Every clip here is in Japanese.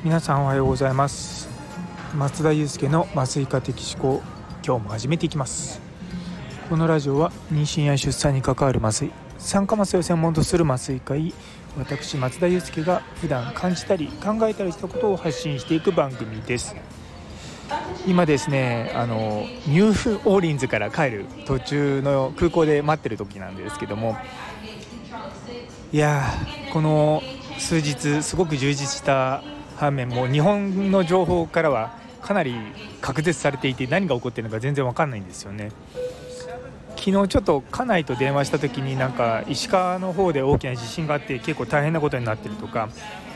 皆さんおはようございます。松田祐介の麻酔科的思考、今日も始めていきます。このラジオは妊娠や出産に関わる麻酔、産科麻酔を専門とする麻酔科医、私松田祐介が普段感じたり考えたりしたことを発信していく番組です。今ですね、ニューオーリンズから帰る途中の空港で待ってる時なんですけども、いやこの数日すごく充実した反面、もう日本の情報からはかなり隔絶されていて、何が起こっているのか全然分かんないんですよね。昨日ちょっと家内と電話した時に、なんか石川の方で大きな地震があって結構大変なことになってるとか、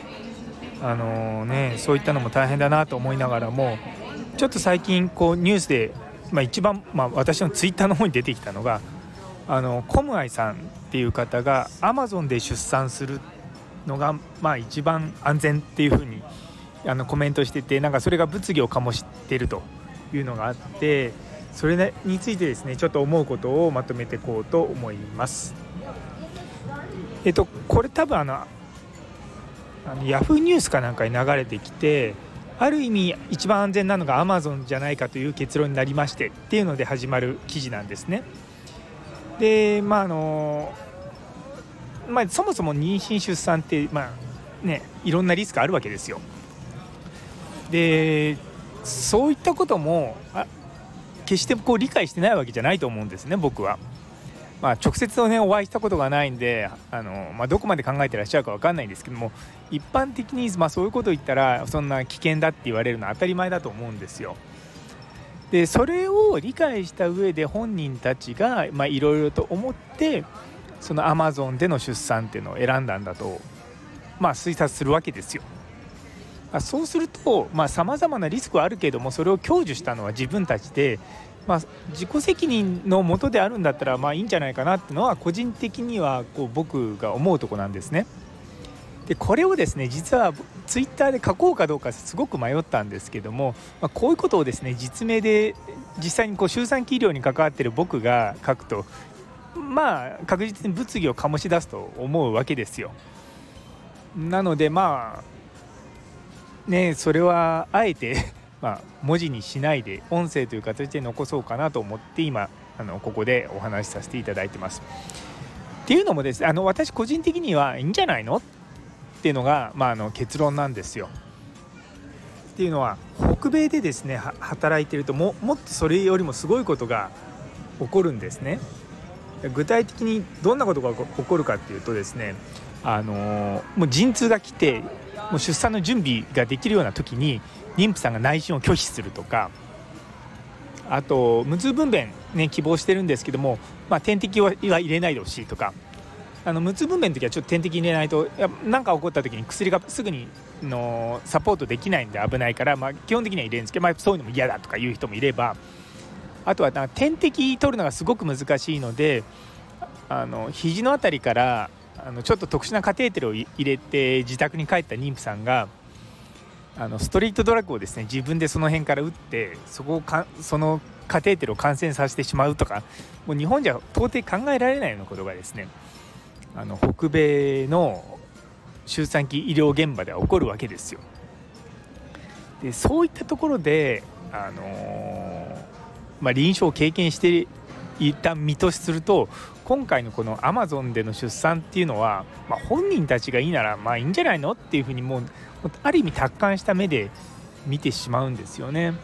そういったのも大変だなと思いながらも、ちょっと最近こうニュースで、一番、私のツイッターの方に出てきたのが、コムアイさんっていう方がアマゾンで出産するのが一番安全っていうふうにコメントしてて、なんかそれが物議を醸しているというのがあって、それについてですね、ちょっと思うことをまとめていこうと思います。これ多分ヤフーニュースかなんかに流れてきて、ある意味一番安全なのがアマゾンじゃないかという結論になりましてっていうので始まる記事なんですね。でそもそも妊娠出産っていろんなリスクあるわけですよ。でそういったことも決してこう理解してないわけじゃないと思うんですね、僕は。直接お会いしたことがないんでどこまで考えてらっしゃるか分かんないんですけども、一般的にそういうことを言ったらそんな危険だって言われるのは当たり前だと思うんですよ。でそれを理解した上で本人たちがいろいろと思ってそのアマゾンでの出産っていうのを選んだんだと推察するわけですよ。そうするとさまざまなリスクはあるけれども、それを享受したのは自分たちで、自己責任のもとであるんだったらいいんじゃないかなっていうのは個人的には僕が思うところなんですね。でこれをですね、実はツイッターで書こうかどうかすごく迷ったんですけども、こういうことをですね、実名で実際に周産期医療に関わっている僕が書くと確実に物議を醸し出すと思うわけですよ。なのでそれはあえて文字にしないで音声という形で残そうかなと思って今ここでお話しさせていただいてます。っていうのもですね、私個人的にはいいんじゃないのっていうのが、結論なんですよ。っていうのは、北米でですね働いてるともっとそれよりもすごいことが起こるんですね。具体的にどんなことが起こるかっていうとですね、もう陣痛が来てもう出産の準備ができるような時に妊婦さんが内診を拒否するとか、あと無痛分娩、希望してるんですけども、点滴は入れないでほしいとか、無痛分娩の時はちょっと点滴入れないと何か起こった時に薬がすぐにサポートできないんで危ないから、基本的には入れるんですけど、そういうのも嫌だとかいう人もいれば、あとは点滴取るのがすごく難しいので肘のあたりからちょっと特殊なカテーテルを入れて自宅に帰った妊婦さんがストリートドラッグをですね自分でその辺から打ってそのカテーテルを感染させてしまうとか、もう日本じゃ到底考えられないようなことがですね北米の周産期医療現場では起こるわけですよ。でそういったところで臨床を経験していた身とすると、今回のこのアマゾンでの出産っていうのは、本人たちがいいならいいんじゃないのっていうふうにもうある意味達観した目で見てしまうんですよね。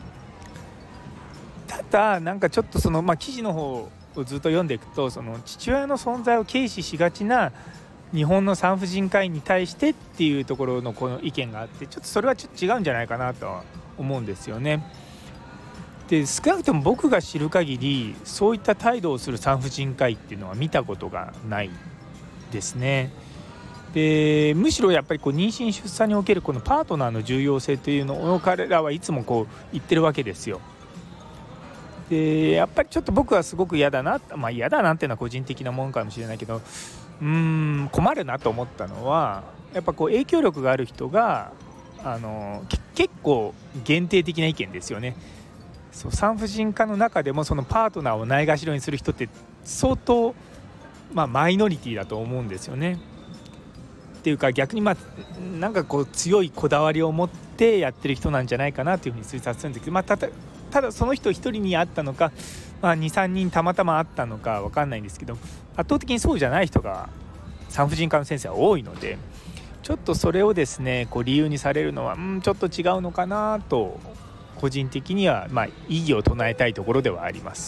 ただちょっと記事の方をずっと読んでいくと、父親の存在を軽視しがちな日本の産婦人科医に対してっていうところのこの意見があって、ちょっとそれはちょっと違うんじゃないかなとは思うんですよね。で少なくとも僕が知る限りそういった態度をする産婦人科医っていうのは見たことがないですね。でむしろやっぱり妊娠出産におけるこのパートナーの重要性というのを彼らはいつも言ってるわけですよ。でやっぱりちょっと僕はすごく嫌だな、嫌だなっていうのは個人的なもんかもしれないけど、困るなと思ったのは、やっぱ影響力がある人が結構限定的な意見ですよね。産婦人科の中でもそのパートナーをないがしろにする人って相当、マイノリティだと思うんですよね。 っていうか逆になんかこう強いこだわりを持ってやってる人なんじゃないかなというふうに推察するんですけど、ただその人一人に会ったのか、2、3人たまたま会ったのか分かんないんですけど、圧倒的にそうじゃない人が産婦人科の先生は多いので、ちょっとそれをですねこう理由にされるのはちょっと違うのかなと個人的には異議を唱えたいところではあります。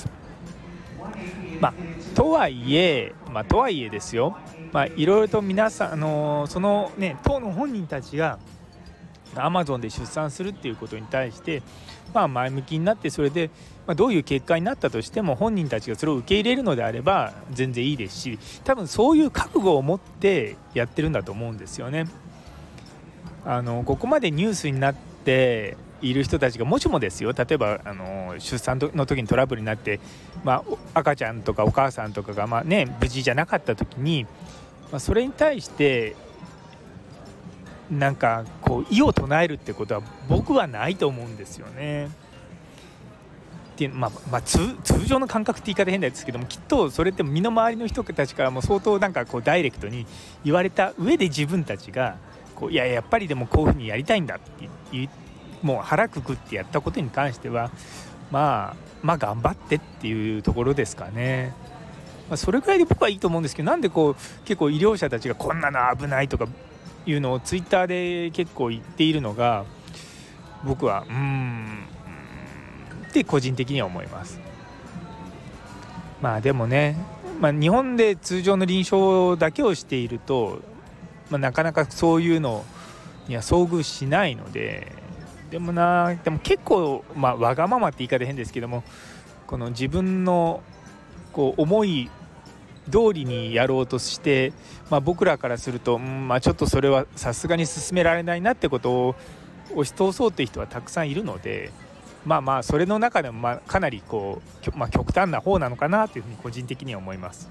とはいえですよ、いろいろと皆さん、そのね当の本人たちがアマゾンで出産するっていうことに対して、前向きになって、それで、どういう結果になったとしても本人たちがそれを受け入れるのであれば全然いいですし、多分そういう覚悟を持ってやってるんだと思うんですよね。ここまでニュースになっている人たちがもしもですよ、例えば出産の時にトラブルになって、赤ちゃんとかお母さんとかが無事じゃなかった時に、それに対してなんかこう異を唱えるってことは僕はないと思うんですよね。で通常の感覚って言い方変ですけども、きっとそれって身の回りの人たちからも相当なんかこうダイレクトに言われた上で自分たちがこうやっぱりでもこういうふうにやりたいんだってもう腹くくってやったことに関しては頑張ってっていうところですかね。それぐらいで僕はいいと思うんですけど、なんでこう結構医療者たちがこんなの危ないとかいうのをツイッターで結構言っているのが僕はって個人的には思います。でもね、日本で通常の臨床だけをしていると、なかなかそういうのには遭遇しないので、でも結構わがままって言い方変ですけども、この自分のこう思い通りにやろうとして、僕らからするとちょっとそれはさすがに進められないなってことを押し通そうっていう人はたくさんいるので、それの中でもかなりこう、極端な方なのかなというふうに個人的には思います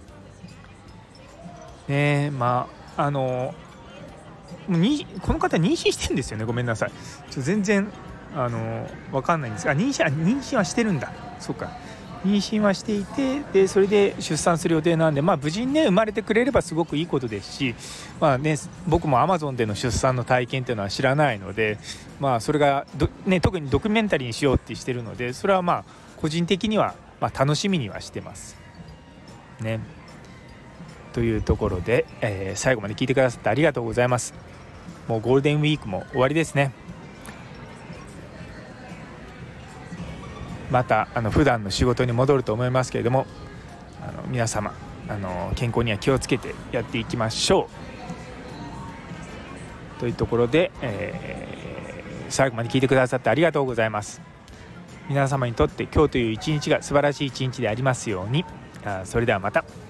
ね。この方妊娠してるんですよね。ごめんなさい、全然分かんないんですが、妊娠はしてるんだ。そうか、妊娠はしていて、でそれで出産する予定なんで、無事にね生まれてくれればすごくいいことですし、僕も Amazon での出産の体験っていうのは知らないので、それが特にドキュメンタリーにしようってしてるので、それは個人的には楽しみにはしてますね。というところで、最後まで聞いてくださってありがとうございます。もうゴールデンウィークも終わりですね。また普段の仕事に戻ると思いますけれども、皆様健康には気をつけてやっていきましょうというところで、最後まで聞いてくださってありがとうございます。皆様にとって今日という一日が素晴らしい一日でありますように。それではまた。